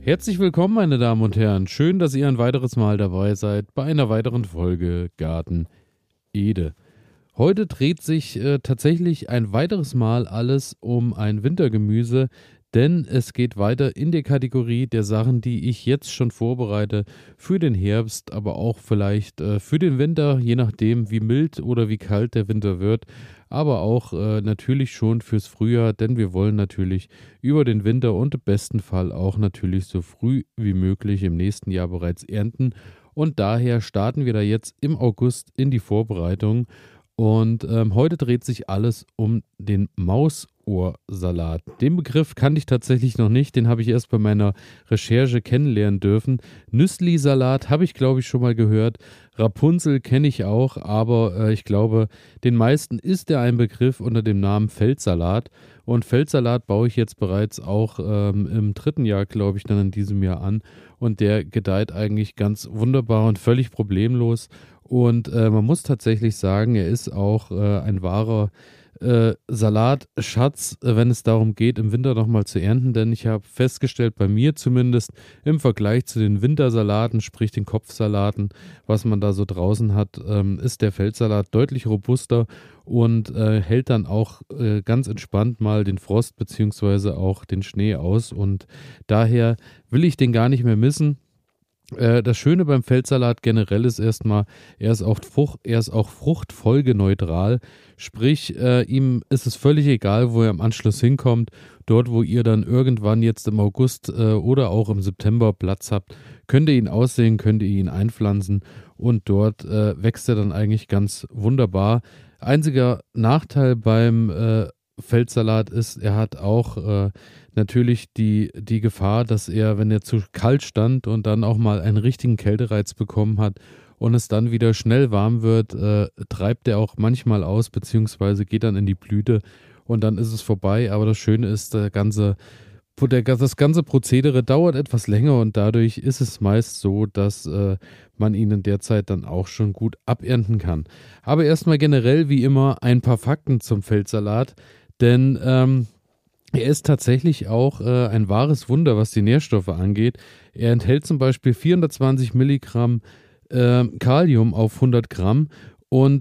Herzlich willkommen, meine Damen und Herren. Schön, dass ihr ein weiteres Mal dabei seid bei einer weiteren Folge Garten Ede. Heute dreht sich tatsächlich ein weiteres Mal alles um ein Wintergemüse, denn es geht weiter in der Kategorie der Sachen, die ich jetzt schon vorbereite für den Herbst, aber auch vielleicht für den Winter, je nachdem, wie mild oder wie kalt der Winter wird, aber auch natürlich schon fürs Frühjahr, denn wir wollen natürlich über den Winter und im besten Fall auch natürlich so früh wie möglich im nächsten Jahr bereits ernten. Und daher starten wir da jetzt im August in die Vorbereitung. Und heute dreht sich alles um den Mausohrsalat. Den Begriff kannte ich tatsächlich noch nicht, den habe ich erst bei meiner Recherche kennenlernen dürfen. Nüssli-Salat habe ich, glaube ich, schon mal gehört. Rapunzel kenne ich auch, aber ich glaube, den meisten ist der ein Begriff unter dem Namen Feldsalat. Und Feldsalat baue ich jetzt bereits auch im dritten Jahr, glaube ich, dann in diesem Jahr an. Und der gedeiht eigentlich ganz wunderbar und völlig problemlos. Und man muss tatsächlich sagen, er ist auch ein wahrer Salatschatz, wenn es darum geht, im Winter nochmal zu ernten. Denn ich habe festgestellt, bei mir zumindest im Vergleich zu den Wintersalaten, sprich den Kopfsalaten, was man da so draußen hat, ist der Feldsalat deutlich robuster und hält dann auch ganz entspannt mal den Frost beziehungsweise auch den Schnee aus. Und daher will ich den gar nicht mehr missen. Das Schöne beim Feldsalat generell ist erstmal, er ist auch fruchtfolgeneutral. Sprich, ihm ist es völlig egal, wo er am Anschluss hinkommt. Dort, wo ihr dann irgendwann jetzt im August oder auch im September Platz habt, könnt ihr ihn aussehen, könnt ihr ihn einpflanzen und dort wächst er dann eigentlich ganz wunderbar. Einziger Nachteil beim Feldsalat ist, er hat auch natürlich die Gefahr, dass er, wenn er zu kalt stand und dann auch mal einen richtigen Kältereiz bekommen hat und es dann wieder schnell warm wird, treibt er auch manchmal aus, beziehungsweise geht dann in die Blüte und dann ist es vorbei. Aber das Schöne ist, das ganze Prozedere dauert etwas länger und dadurch ist es meist so, dass man ihn in der Zeit dann auch schon gut abernten kann. Aber erstmal generell wie immer ein paar Fakten zum Feldsalat, denn er ist tatsächlich auch ein wahres Wunder, was die Nährstoffe angeht. Er enthält zum Beispiel 420 Milligramm Kalium auf 100 Gramm und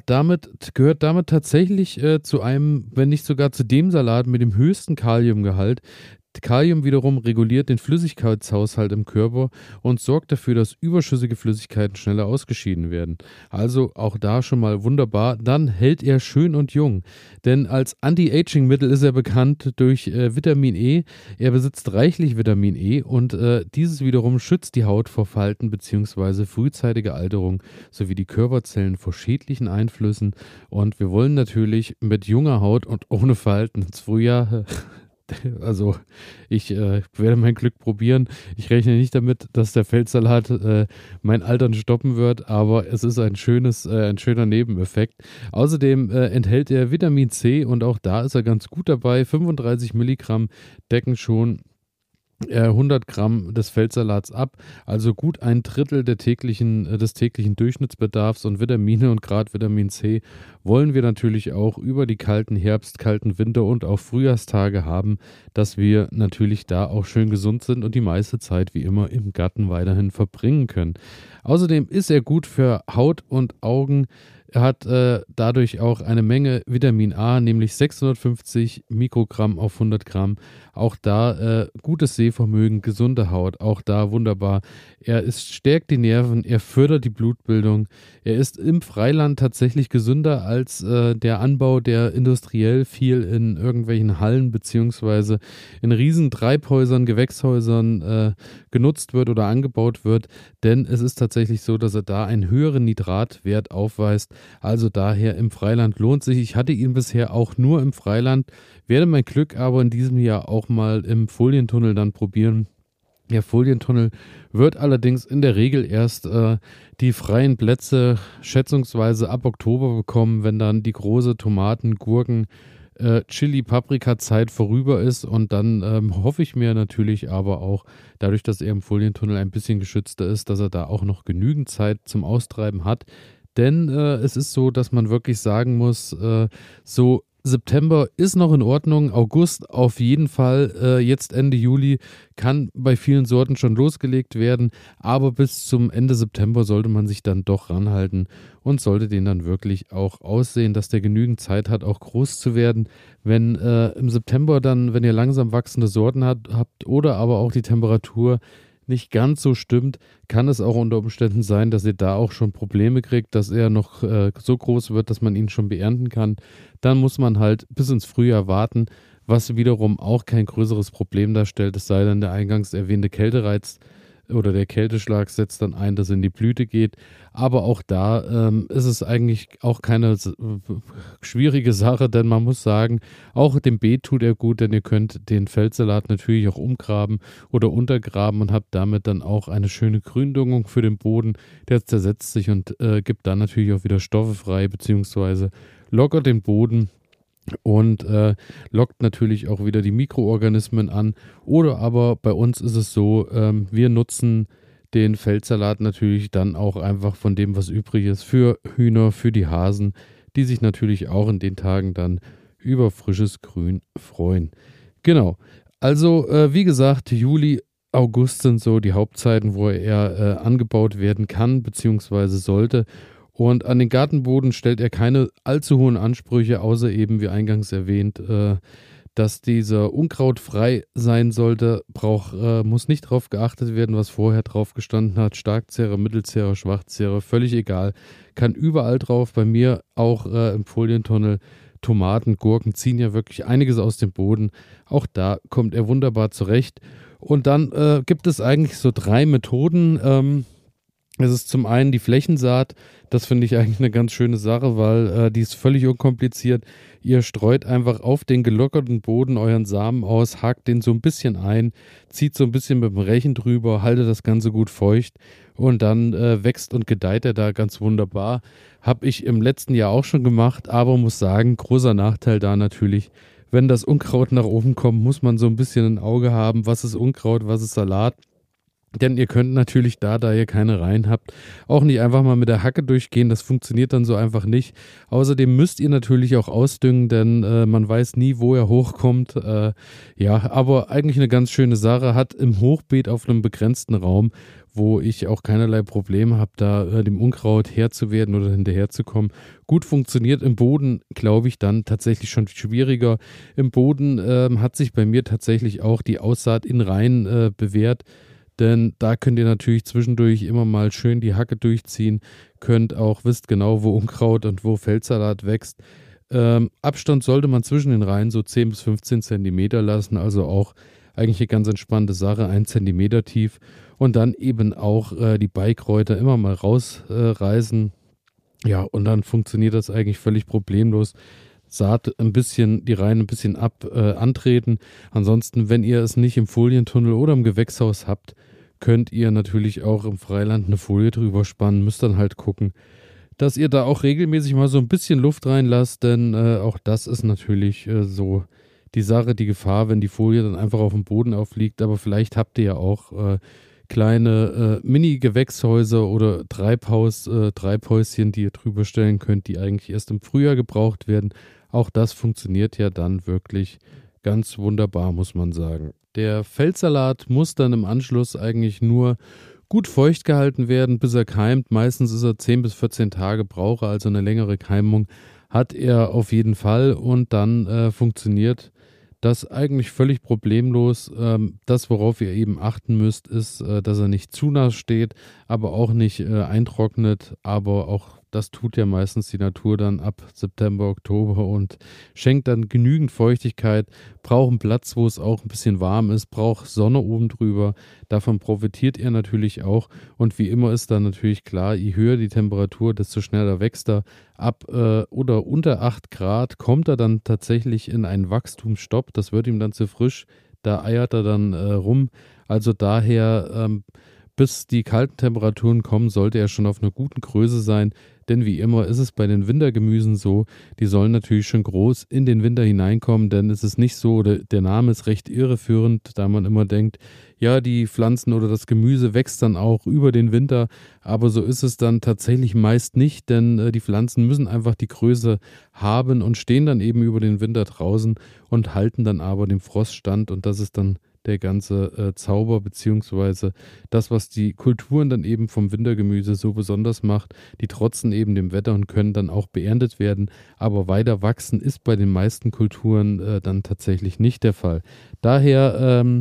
gehört damit tatsächlich zu einem, wenn nicht sogar zu dem Salat mit dem höchsten Kaliumgehalt. Kalium wiederum reguliert den Flüssigkeitshaushalt im Körper und sorgt dafür, dass überschüssige Flüssigkeiten schneller ausgeschieden werden. Also auch da schon mal wunderbar. Dann hält er schön und jung, denn als Anti-Aging-Mittel ist er bekannt durch Vitamin E. Er besitzt reichlich Vitamin E und dieses wiederum schützt die Haut vor Falten bzw. frühzeitige Alterung sowie die Körperzellen vor schädlichen Einflüssen. Und wir wollen natürlich mit junger Haut und ohne Falten ins Frühjahr. Also ich werde mein Glück probieren. Ich rechne nicht damit, dass der Feldsalat mein Altern stoppen wird, aber es ist ein schöner Nebeneffekt. Außerdem enthält er Vitamin C und auch da ist er ganz gut dabei. 35 Milligramm decken schon 100 Gramm des Feldsalats ab, also gut ein Drittel des täglichen Durchschnittsbedarfs und Vitamine und gerade Vitamin C wollen wir natürlich auch über die kalten kalten Winter und auch Frühjahrstage haben, dass wir natürlich da auch schön gesund sind und die meiste Zeit wie immer im Garten weiterhin verbringen können. Außerdem ist er gut für Haut und Augen. Er hat dadurch auch eine Menge Vitamin A, nämlich 650 Mikrogramm auf 100 Gramm. Auch da gutes Sehvermögen, gesunde Haut, auch da wunderbar. Stärkt die Nerven, er fördert die Blutbildung. Er ist im Freiland tatsächlich gesünder als der Anbau, der industriell viel in irgendwelchen Hallen beziehungsweise in riesen Treibhäusern, Gewächshäusern genutzt wird oder angebaut wird. Denn es ist tatsächlich so, dass er da einen höheren Nitratwert aufweist. Also daher im Freiland lohnt sich. Ich hatte ihn bisher auch nur im Freiland, werde mein Glück aber in diesem Jahr auch mal im Folientunnel dann probieren. Der Folientunnel wird allerdings in der Regel erst die freien Plätze schätzungsweise ab Oktober bekommen, wenn dann die große Tomaten, Gurken, Chili-Paprika-Zeit vorüber ist und dann hoffe ich mir natürlich aber auch, dadurch, dass er im Folientunnel ein bisschen geschützter ist, dass er da auch noch genügend Zeit zum Austreiben hat. Denn es ist so, dass man wirklich sagen muss, so September ist noch in Ordnung, August auf jeden Fall, jetzt Ende Juli kann bei vielen Sorten schon losgelegt werden, aber bis zum Ende September sollte man sich dann doch ranhalten und sollte den dann wirklich auch aussehen, dass der genügend Zeit hat, auch groß zu werden. Wenn im September dann, wenn ihr langsam wachsende Sorten habt oder aber auch die Temperatur nicht ganz so stimmt, kann es auch unter Umständen sein, dass ihr da auch schon Probleme kriegt, dass er noch so groß wird, dass man ihn schon beernten kann. Dann muss man halt bis ins Frühjahr warten, was wiederum auch kein größeres Problem darstellt, es sei denn, der eingangs erwähnte Kältereiz oder der Kälteschlag setzt dann ein, dass er in die Blüte geht. Aber auch da ist es eigentlich auch keine schwierige Sache, denn man muss sagen, auch dem Beet tut er gut, denn ihr könnt den Feldsalat natürlich auch umgraben oder untergraben und habt damit dann auch eine schöne Gründüngung für den Boden. Der zersetzt sich und gibt dann natürlich auch wieder Stoffe frei, beziehungsweise lockert den Boden und lockt natürlich auch wieder die Mikroorganismen an. Oder aber bei uns ist es so, wir nutzen den Feldsalat natürlich dann auch einfach von dem, was übrig ist, für Hühner, für die Hasen, die sich natürlich auch in den Tagen dann über frisches Grün freuen. Genau. Also, wie gesagt, Juli, August sind so die Hauptzeiten, wo er angebaut werden kann, beziehungsweise sollte. Und an den Gartenboden stellt er keine allzu hohen Ansprüche, außer eben, wie eingangs erwähnt, dass dieser Unkraut frei sein sollte. Muss nicht darauf geachtet werden, was vorher drauf gestanden hat. Starkzehrer, Mittelzehrer, Schwachzehrer, völlig egal. Kann überall drauf. Bei mir auch im Folientunnel. Tomaten, Gurken ziehen ja wirklich einiges aus dem Boden. Auch da kommt er wunderbar zurecht. Und dann gibt es eigentlich so 3 Methoden. Es ist zum einen die Flächensaat. Das finde ich eigentlich eine ganz schöne Sache, weil die ist völlig unkompliziert. Ihr streut einfach auf den gelockerten Boden euren Samen aus, hakt den so ein bisschen ein, zieht so ein bisschen mit dem Rechen drüber, haltet das Ganze gut feucht und dann wächst und gedeiht er da ganz wunderbar. Habe ich im letzten Jahr auch schon gemacht, aber muss sagen, großer Nachteil da natürlich, wenn das Unkraut nach oben kommt, muss man so ein bisschen ein Auge haben, was ist Unkraut, was ist Salat. Denn ihr könnt natürlich da ihr keine Reihen habt, auch nicht einfach mal mit der Hacke durchgehen. Das funktioniert dann so einfach nicht. Außerdem müsst ihr natürlich auch ausdüngen, denn man weiß nie, wo er hochkommt. Ja, aber eigentlich eine ganz schöne Sache. Hat im Hochbeet auf einem begrenzten Raum, wo ich auch keinerlei Probleme habe, da dem Unkraut Herr zu werden oder hinterherzukommen. Gut funktioniert im Boden, glaube ich, dann tatsächlich schon schwieriger. Im Boden hat sich bei mir tatsächlich auch die Aussaat in Reihen bewährt. Denn da könnt ihr natürlich zwischendurch immer mal schön die Hacke durchziehen, wisst genau, wo Unkraut und wo Feldsalat wächst. Abstand sollte man zwischen den Reihen so 10 bis 15 Zentimeter lassen, also auch eigentlich eine ganz entspannte Sache, 1 Zentimeter tief. Und dann eben auch die Beikräuter immer mal rausreißen. Ja, und dann funktioniert das eigentlich völlig problemlos. Saat ein bisschen, die Reihen ein bisschen antreten. Ansonsten, wenn ihr es nicht im Folientunnel oder im Gewächshaus habt, könnt ihr natürlich auch im Freiland eine Folie drüber spannen. Müsst dann halt gucken, dass ihr da auch regelmäßig mal so ein bisschen Luft reinlasst, denn auch das ist natürlich so die Sache, die Gefahr, wenn die Folie dann einfach auf dem Boden aufliegt. Aber vielleicht habt ihr ja auch kleine Mini-Gewächshäuser oder Treibhäuschen, die ihr drüber stellen könnt, die eigentlich erst im Frühjahr gebraucht werden. Auch das funktioniert ja dann wirklich ganz wunderbar, muss man sagen. Der Feldsalat muss dann im Anschluss eigentlich nur gut feucht gehalten werden, bis er keimt. Meistens ist er 10 bis 14 Tage brauche, also eine längere Keimung hat er auf jeden Fall und dann funktioniert das eigentlich völlig problemlos. Das, worauf ihr eben achten müsst, ist, dass er nicht zu nass steht, aber auch nicht eintrocknet. Aber auch das tut ja meistens die Natur dann ab September, Oktober und schenkt dann genügend Feuchtigkeit. Braucht einen Platz, wo es auch ein bisschen warm ist, braucht Sonne oben drüber. Davon profitiert ihr natürlich auch. Und wie immer ist dann natürlich klar, je höher die Temperatur, desto schneller wächst er. Ab oder unter 8 Grad kommt er dann tatsächlich in einen Wachstumsstopp. Das wird ihm dann zu frisch. Da eiert er dann rum. Also daher, bis die kalten Temperaturen kommen, sollte er schon auf einer guten Größe sein. Denn wie immer ist es bei den Wintergemüsen so, die sollen natürlich schon groß in den Winter hineinkommen, denn es ist nicht so, der Name ist recht irreführend, da man immer denkt, ja, die Pflanzen oder das Gemüse wächst dann auch über den Winter, aber so ist es dann tatsächlich meist nicht, denn die Pflanzen müssen einfach die Größe haben und stehen dann eben über den Winter draußen und halten dann aber dem Frost stand, und das ist dann der ganze Zauber, beziehungsweise das, was die Kulturen dann eben vom Wintergemüse so besonders macht. Die trotzen eben dem Wetter und können dann auch beerntet werden, aber weiter wachsen ist bei den meisten Kulturen dann tatsächlich nicht der Fall. Daher,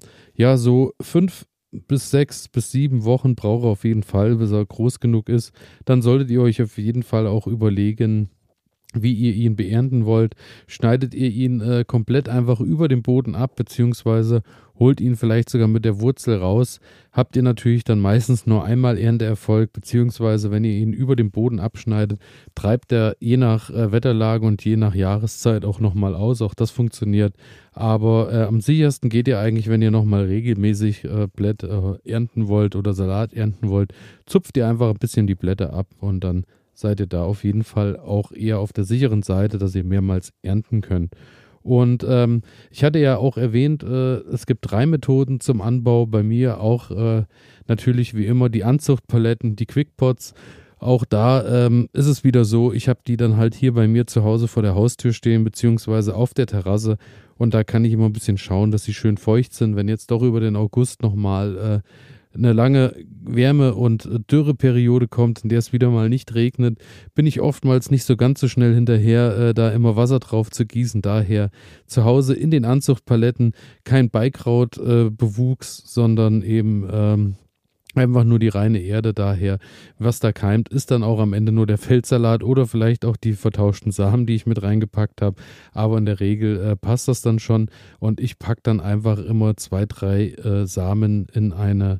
ja, so 5 bis 6 bis 7 Wochen braucht er auf jeden Fall, bis er groß genug ist. Dann solltet ihr euch auf jeden Fall auch überlegen, wie ihr ihn beernten wollt. Schneidet ihr ihn komplett einfach über dem Boden ab, beziehungsweise holt ihn vielleicht sogar mit der Wurzel raus, habt ihr natürlich dann meistens nur einmal Ernteerfolg, beziehungsweise wenn ihr ihn über dem Boden abschneidet, treibt er je nach Wetterlage und je nach Jahreszeit auch nochmal aus. Auch das funktioniert. Aber am sichersten geht ihr eigentlich, wenn ihr nochmal regelmäßig Blätter ernten wollt oder Salat ernten wollt, zupft ihr einfach ein bisschen die Blätter ab und dann seid ihr da auf jeden Fall auch eher auf der sicheren Seite, dass ihr mehrmals ernten könnt. Und ich hatte ja auch erwähnt, es gibt 3 Methoden zum Anbau. Bei mir auch natürlich wie immer die Anzuchtpaletten, die Quickpots. Auch da ist es wieder so, ich habe die dann halt hier bei mir zu Hause vor der Haustür stehen, beziehungsweise auf der Terrasse. Und da kann ich immer ein bisschen schauen, dass sie schön feucht sind. Wenn jetzt doch über den August nochmal eine lange Wärme- und Dürreperiode kommt, in der es wieder mal nicht regnet, bin ich oftmals nicht so ganz so schnell hinterher, da immer Wasser drauf zu gießen. Daher zu Hause in den Anzuchtpaletten kein Beikrautbewuchs, sondern eben einfach nur die reine Erde. Daher, was da keimt, ist dann auch am Ende nur der Feldsalat oder vielleicht auch die vertauschten Samen, die ich mit reingepackt habe. Aber in der Regel passt das dann schon, und ich packe dann einfach immer 2, 3 Samen in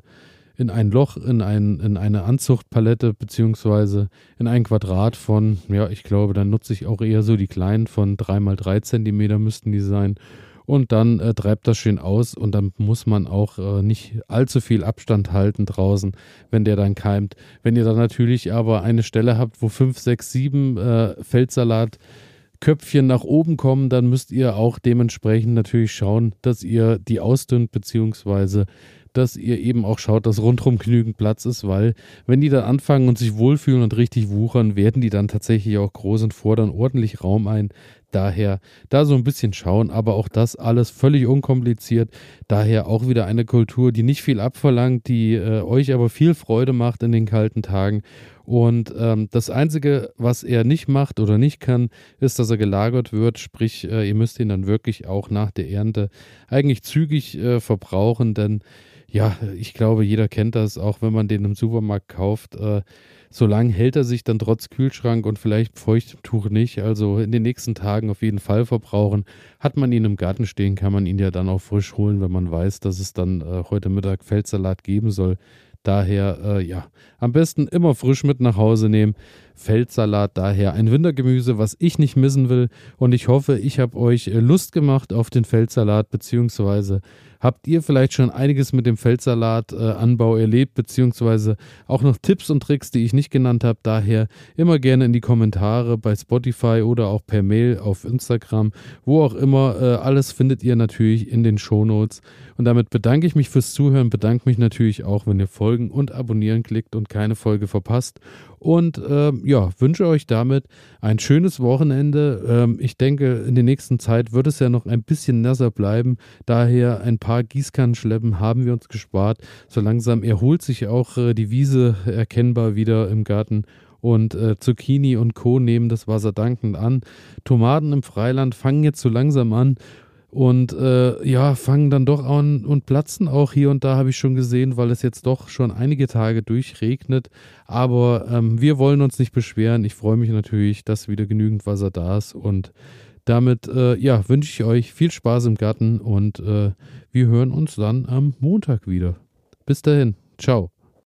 ein Loch, in eine Anzuchtpalette, beziehungsweise in ein Quadrat von, ja, ich glaube, dann nutze ich auch eher so die kleinen von 3 mal 3 Zentimeter müssten die sein. Und dann treibt das schön aus, und dann muss man auch nicht allzu viel Abstand halten draußen, wenn der dann keimt. Wenn ihr dann natürlich aber eine Stelle habt, wo 5, 6, 7 Feldsalatköpfchen nach oben kommen, dann müsst ihr auch dementsprechend natürlich schauen, dass ihr die ausdünnt, beziehungsweise dass ihr eben auch schaut, dass rundherum genügend Platz ist, weil wenn die dann anfangen und sich wohlfühlen und richtig wuchern, werden die dann tatsächlich auch groß und fordern ordentlich Raum ein. Daher da so ein bisschen schauen, aber auch das alles völlig unkompliziert. Daher auch wieder eine Kultur, die nicht viel abverlangt, die euch aber viel Freude macht in den kalten Tagen. Und das Einzige, was er nicht macht oder nicht kann, ist, dass er gelagert wird. Sprich, ihr müsst ihn dann wirklich auch nach der Ernte eigentlich zügig verbrauchen, denn ja, ich glaube, jeder kennt das, auch wenn man den im Supermarkt kauft. Solange hält er sich dann trotz Kühlschrank und vielleicht feuchtem Tuch nicht. Also in den nächsten Tagen auf jeden Fall verbrauchen. Hat man ihn im Garten stehen, kann man ihn ja dann auch frisch holen, wenn man weiß, dass es dann heute Mittag Feldsalat geben soll. Daher, ja, am besten immer frisch mit nach Hause nehmen. Feldsalat, daher ein Wintergemüse, was ich nicht missen will. Und ich hoffe, ich habe euch Lust gemacht auf den Feldsalat, beziehungsweise habt ihr vielleicht schon einiges mit dem Feldsalatanbau erlebt, beziehungsweise auch noch Tipps und Tricks, die ich nicht genannt habe. Daher immer gerne in die Kommentare bei Spotify oder auch per Mail auf Instagram, wo auch immer. Alles findet ihr natürlich in den Shownotes. Und damit bedanke ich mich fürs Zuhören, bedanke mich natürlich auch, wenn ihr Folgen und Abonnieren klickt und keine Folge verpasst. Und ja, wünsche euch damit ein schönes Wochenende. Ich denke, in der nächsten Zeit wird es ja noch ein bisschen nasser bleiben. Daher ein paar Gießkannenschleppen haben wir uns gespart. So langsam erholt sich auch die Wiese erkennbar wieder im Garten. Und Zucchini und Co. nehmen das Wasser dankend an. Tomaten im Freiland fangen jetzt so langsam an. Und ja, fangen dann doch an und platzen auch hier und da, habe ich schon gesehen, weil es jetzt doch schon einige Tage durchregnet. Aber wir wollen uns nicht beschweren. Ich freue mich natürlich, dass wieder genügend Wasser da ist. Und damit ja, wünsche ich euch viel Spaß im Garten, und wir hören uns dann am Montag wieder. Bis dahin. Ciao.